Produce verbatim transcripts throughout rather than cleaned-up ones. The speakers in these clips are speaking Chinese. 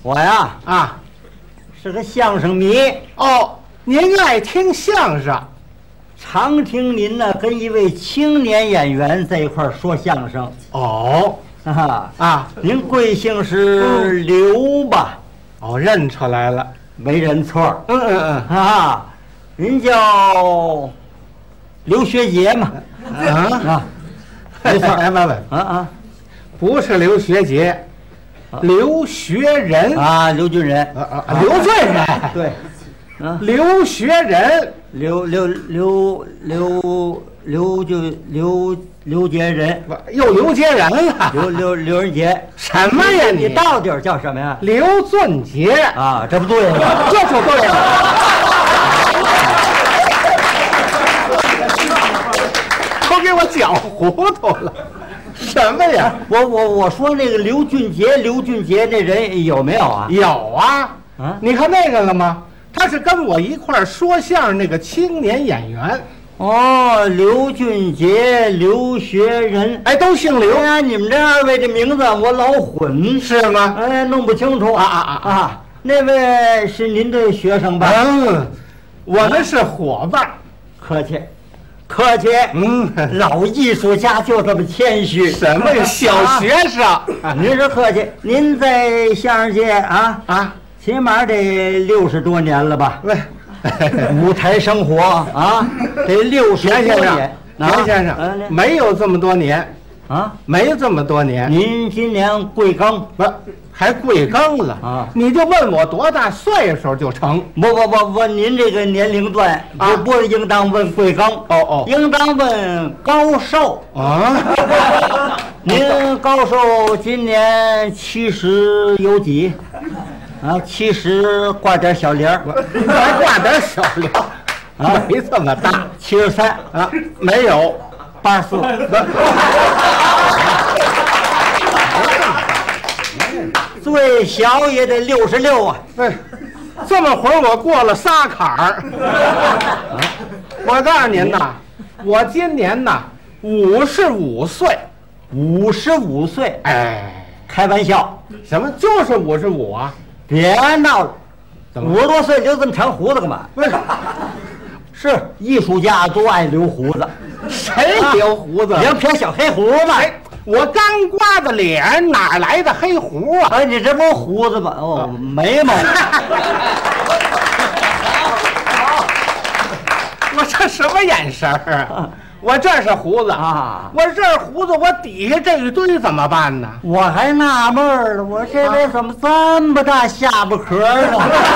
我呀啊， 是个相声迷哦，您爱听相声， 常听您呢跟一位青年演员在一块儿说相声。 哦啊啊， 您贵姓是刘吧？ 哦，认出来了， 没认错。 嗯嗯嗯啊，您叫刘学杰嘛？ 嗯啊， 啊，没错。 哎，问问， 啊啊不是刘学杰，刘学仁啊，刘军仁。 啊啊，刘俊仁， 对，啊， 刘学仁， 刘刘刘刘刘就刘刘杰仁， 又刘杰仁了， 刘刘刘仁杰。 什么呀你？ 你到底儿叫什么呀？ 刘俊杰啊，这不对吗？ 这就对了。都给我搅糊涂了，什么呀？ 我我我说那个刘俊杰，刘俊杰那人有没有啊？ 有啊， 啊你看那个了吗？他是跟我一块儿说相声那个青年演员， 哦，刘俊杰、刘学仁， 哎，都姓刘哎呀，你们这二位的名字我老混， 是吗？ 哎，弄不清楚啊啊啊啊！那位是您的学生吧？ 嗯，我们是伙伴。 客气，客气。 嗯， 老艺术家就这么谦虚。 什么呀？小学生。 啊您是客气，您在相声界啊啊， 起码得六十多年了吧？ 喂， 舞台生活啊，得六十多田先生年。， 田先啊生，没有这么多年， 啊， 没有这么多年， 您今年贵庚？ 不还贵庚了啊你就问我多大岁数就成。 不不不不，您这个年龄段啊不不应当问贵庚， 哦哦应当问高寿。 啊， 您高寿今年七十有几？啊，七十挂点小帘儿， 还挂点小帘啊没这么大七十三啊，没有。 八十四。最小也得六十六啊！ 哎，这么会儿我过了仨坎儿。我告诉您呐，我今年呐五十五岁。 五十五岁， 哎， 开玩笑， 什么就是五十五啊？ 别闹了！ 怎么五十多岁留这么长胡子干嘛？ 不是， 是艺术家都爱留胡子， 谁留胡子？ 两撇小黑胡嘛。 哎，我刚刮的脸，哪来的黑胡啊？ 哎，你这不是胡子吗？哦，眉毛。 我这什么眼神儿啊？我这是胡子啊我这儿胡子，我底下这一堆怎么办呢？ 我还纳闷儿了，我这人怎么这么大下巴壳呢？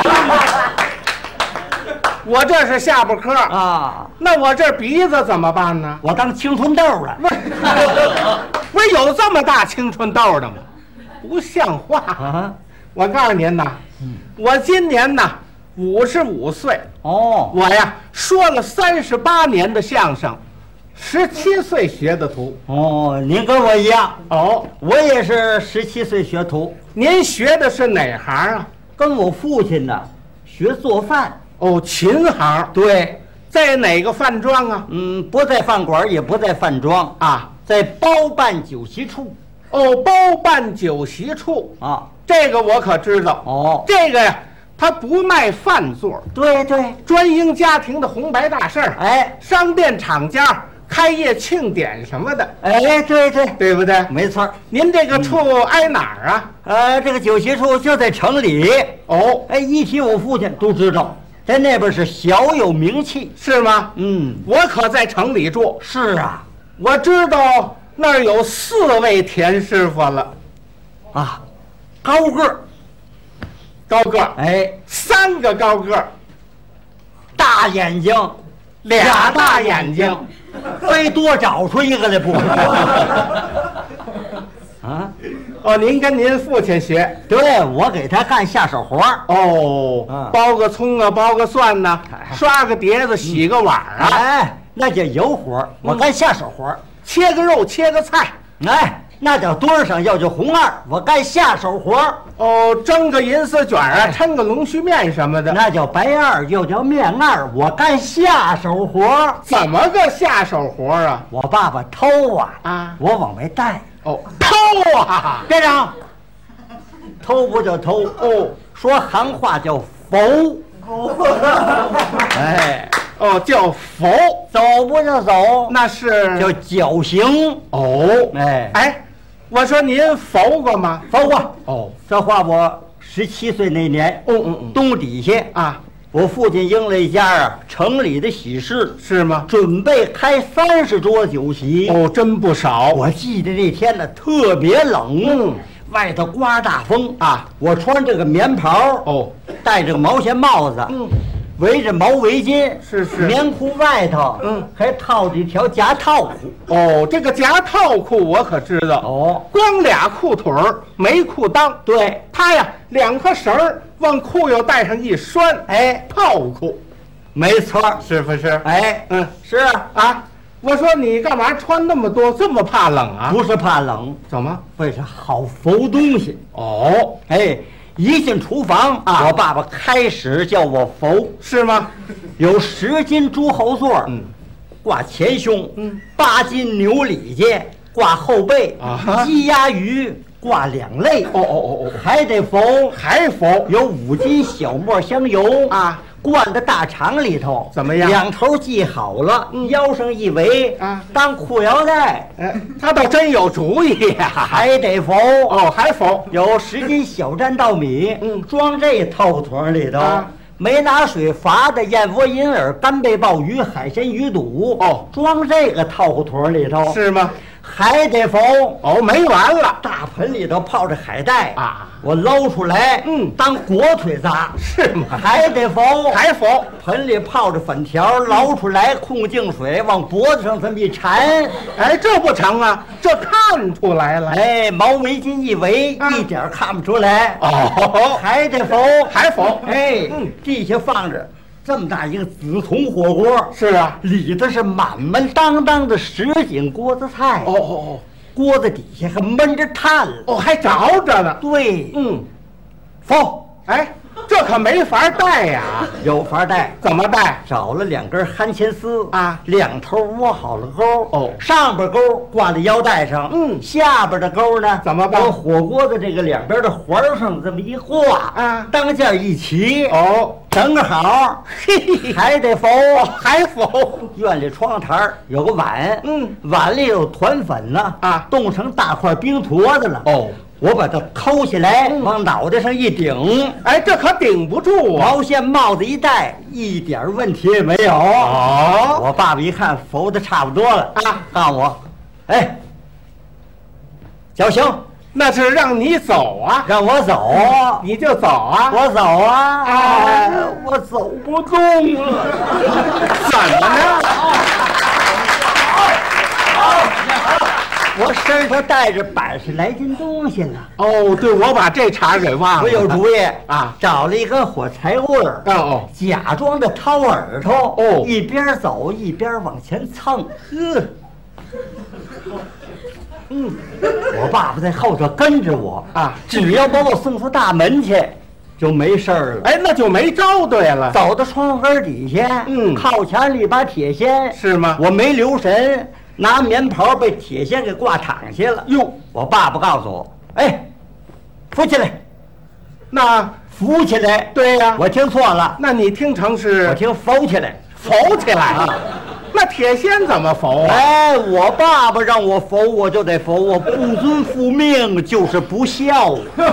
我这是下巴颏儿啊， 那我这鼻子怎么办呢？ 我当青春痘了。 不是有这么大青春痘的吗？不像话！ 啊， 我告诉您呐，我今年呐五十五岁， 哦， 我呀说了三十八年的相声，十七岁学的徒。 哦，您跟我一样， 哦， 我也是十七岁学徒， 您学的是哪行啊？ 跟我父亲呢学做饭。 哦，琴行。 对， 在哪个饭庄啊？ 嗯，不在饭馆，也不在饭庄， 啊， 在包办酒席处哦，包办酒席处。 啊。 这个我可知道。 哦， 这个呀，他不卖饭座， 对对， 专营家庭的红白大事儿， 哎商店厂家开业庆典什么的， 哎，对对， 对不对？ 没错儿。 您这个处挨哪儿啊？ 呃，这个酒席处就在城里。 哦， 哎，一提我父亲都知道，在那边是小有名气。 是吗？ 嗯， 我可在城里住， 是啊， 我知道那儿有四位田师傅了， 啊，高个儿， 高个儿， 哎， 三个高个儿， 大眼睛， 俩大眼睛， 非多找出一个来不可。啊， 哦，您跟您父亲学。 对，我给他干下手活儿。 哦， 啊包个葱啊，包个蒜呐、 哎刷个碟子，洗个碗啊， 哎，那叫油活儿，我干下手活儿。 切个肉，切个菜。 哎，那叫墩儿上要叫红二，我干下手活儿。 哦，蒸个银丝卷啊，抻个龙须面什么的。 那叫白二，又叫面二，我干下手活儿。 怎么个下手活啊？ 我爸爸偷啊， 啊我往外带。 哦，偷啊！ 队长， 偷不叫偷哦，说行话叫否。哎， 哦，叫佛， 走不叫走， 那是叫绞刑。 哦， 哎哎，我说您佛过吗？ 否过。 哦， 这话我十七岁那年， 嗯嗯嗯， 冬底下啊， 我父亲应了一家啊城里的喜事， 是吗？ 准备开三十桌酒席。 哦，真不少。 我记得那天呢特别冷， 嗯， 外头刮大风啊， 我穿这个棉袍， 哦， 戴着个毛线帽子， 嗯， 围着毛围巾， 是是棉裤外头， 嗯， 还套着一条夹套裤。 哦，这个夹套裤我可知道。 哦， 光俩裤腿儿没裤裆。 对， 他呀，两颗绳儿往裤腰带上一拴， 哎， 套裤， 没错， 是不是？ 哎， 嗯， 是啊， 啊，我说你干嘛穿那么多，这么怕冷啊？ 不是怕冷， 怎么？ 为啥好浮东西？ 哦， 哎，一进厨房啊我爸爸开始叫我浮， 是吗？ 有十斤猪后座， 嗯， 挂前胸， 嗯， 八斤牛里脊挂后背， 啊鸡鸭鱼挂两肋， 哦哦哦哦， 还得浮， 还浮有五斤小磨香油啊， 灌在大肠里头， 怎么样两头系好了，腰上一围啊当裤腰带， 哎，他倒真有主意呀、 还得浮。 哦，还浮有十斤小粘稻米， 嗯装这套桶里头。 啊没拿水罚的燕窝、银耳、干贝、鲍鱼、海参、鱼肚， 哦装这个套胡桶里头。 是吗？ 还得浮。 哦，没完了， 大盆里头泡着海带啊， 我捞出来， 嗯当火腿砸。 是吗？ 还得浮。 还浮盆里泡着粉条，捞出来控净水，往脖子上这么一缠， 哎，这不成啊，这看出来了。 哎，毛围巾一围， 啊一点看不出来。 哦， 还得浮。 还浮哎， 嗯地下放着这么大一个紫铜火锅， 是啊。 里头是满满当当的什锦锅子菜。 哦哦锅子底下还闷着炭了。 哦，还着着呢。 对， 嗯， 浮， 哎，这可没法带呀。 有法带。 怎么带？ 找了两根憨钱丝啊两头窝好了钩。 哦上边钩挂在腰带上， 嗯下边的钩呢， 怎么办往火锅的这个两边的环上这么一挂， 啊当件一齐， 哦， 正好， 嘿嘿， 还得浮。 还浮院里窗户台儿有个碗， 嗯碗里有团粉呢， 啊冻成大块冰坨子了。 哦， 我把它抠下来， 嗯往脑袋上一顶， 哎，这可顶不住啊。 毛线帽子一戴，一点问题也没有。 哦， 我爸爸一看浮的差不多了啊， 告诉我，哎，绞刑， 那是让你走啊， 让我走， 你就走啊。 我走啊， 哎我走不动了。 怎么呢？ 我身上带着百十来斤东西呢。 哦，对，我把这茬给忘了。 我有主意啊， 找了一根火柴棍儿， 哦哦， 假装的掏耳朵， 哦一边走一边往前蹭。 呵， 嗯，我爸爸在后头跟着我啊只要把我送出大门去，就没事儿了。 哎，那就没招对了， 走到窗户根底下， 嗯靠前里把铁锨， 是吗？ 我没留神，拿棉袍被铁锨给挂躺下了。 哟， 我爸爸告诉我，哎，扶起来， 那扶起来。 对呀、 我听错了， 那你听成我是听浮起来。 浮起来啊那铁锨怎么浮啊？ 哎，我爸爸让我扶，我就得扶，我不遵父命就是不孝。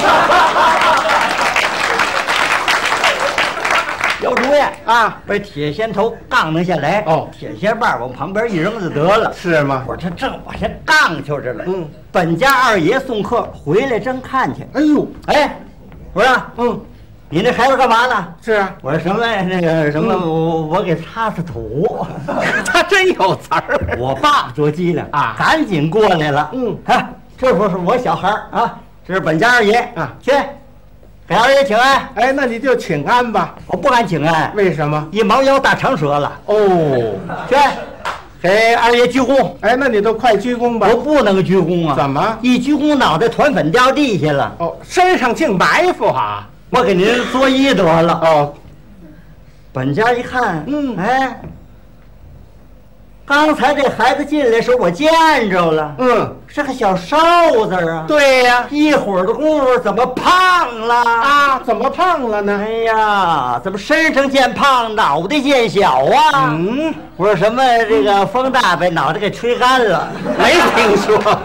有主意啊， 把铁锨头杠弄下来， 哦铁锨把往旁边一扔就得了。 是吗？ 我这正往下杠去着了， 嗯， 本家二爷送客回来正看见， 哎呦， 哎，我说， 嗯， 你那孩子干嘛呢？ 是啊， 我说什么那个什么， 嗯我我给擦擦土。 他真有词儿。 我爸爸着急了啊赶紧过来了。 嗯啊，这不是我小孩儿啊，这是本家二爷啊， 去给二爷请安。 哎，那你就请安吧。 我不敢请安， 为什么？ 一猫腰大肠折了。 哦， 去给二爷鞠躬。 哎，那你都快鞠躬吧我。不能鞠躬啊！ 怎么一鞠躬脑袋团粉掉地下了？ 哦，身上净埋伏啊。 我给您作揖得了。 哦， 本家一看， 嗯哎， 刚才这孩子进来时候我见着了， 嗯， 是个小瘦子啊。 对呀、 一会儿的功夫怎么胖了？ 啊，怎么胖了呢？ 哎呀，怎么身上见胖，脑袋见小啊？ 嗯， 我说什么这个风大把脑袋给吹干了？ 没听说过。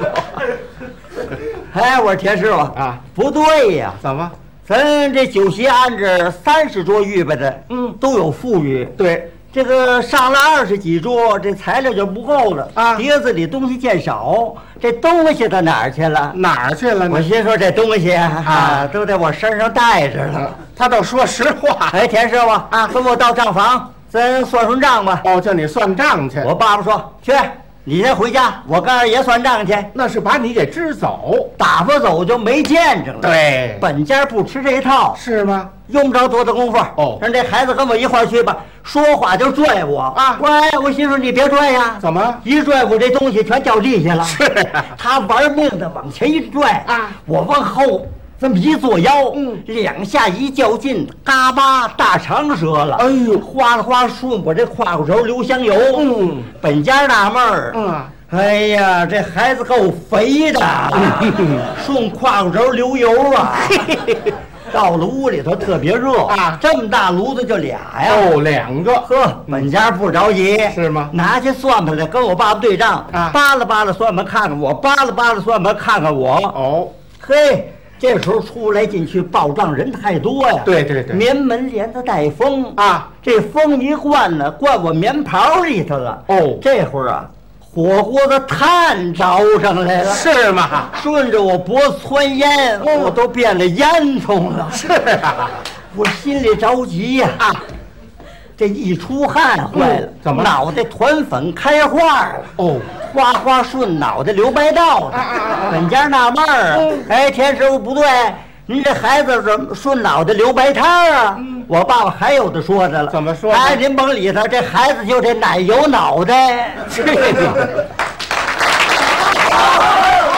哎，我说田师傅啊， 不对呀， 怎么？ 咱这酒席安置三十桌预备的， 嗯都有富裕。 对， 这个上了二十几桌，这材料就不够了啊碟子里东西见少，这东西到哪儿去了？ 哪儿去了呢？ 我心说这东西啊，都在我身上带着了。 他倒说实话。 哎，田师傅啊，跟我到账房，咱算算账吧。 哦，叫你算账去。 我爸爸说去，你先回家，我跟二爷算账去。 那是把你给支走。 打发走就没见着了。 对， 本家不吃这一套， 是吗？ 用不着多大功夫。 哦让这孩子跟我一块儿去吧，说话就拽我啊乖，我心说你别拽呀， 怎么？ 一拽我这东西全掉地下了。 是啊他玩命的往前一拽啊我往后这么一坐腰， 嗯两下一较劲，嘎巴大肠折了。 哎呦哗啦哗顺我这胯骨轴流香油。 嗯， 本家纳闷儿， 嗯啊哎呀，这孩子够肥的，顺胯骨轴流油啊。到了屋里头特别热啊这么大炉子就俩呀。 哦，两个。 呵，本家不着急， 是吗拿起算盘来跟我爸爸对账啊扒拉扒拉算盘看看我，扒拉扒拉算盘看看我。 哦， 嘿，这时候出来进去报账人太多呀。 对对对棉门帘子带风啊， 这风一灌呢，灌我棉袍里头了。 哦这会儿啊，火锅的炭着上来了， 是吗？ 顺着我脖子窜烟，我都变了烟囱了。 是啊。 我心里着急呀、啊！这一出汗坏了， 嗯怎么脑袋团粉开花了？ 哦， 哗哗顺脑袋流白道子。 啊啊啊本家纳闷儿啊， 嗯哎，田师傅不对，您这孩子怎么顺脑袋流白汤啊？我爸爸还有的说的了， 怎么说呢哎，您甭理他，这孩子就这奶油脑袋。 这个。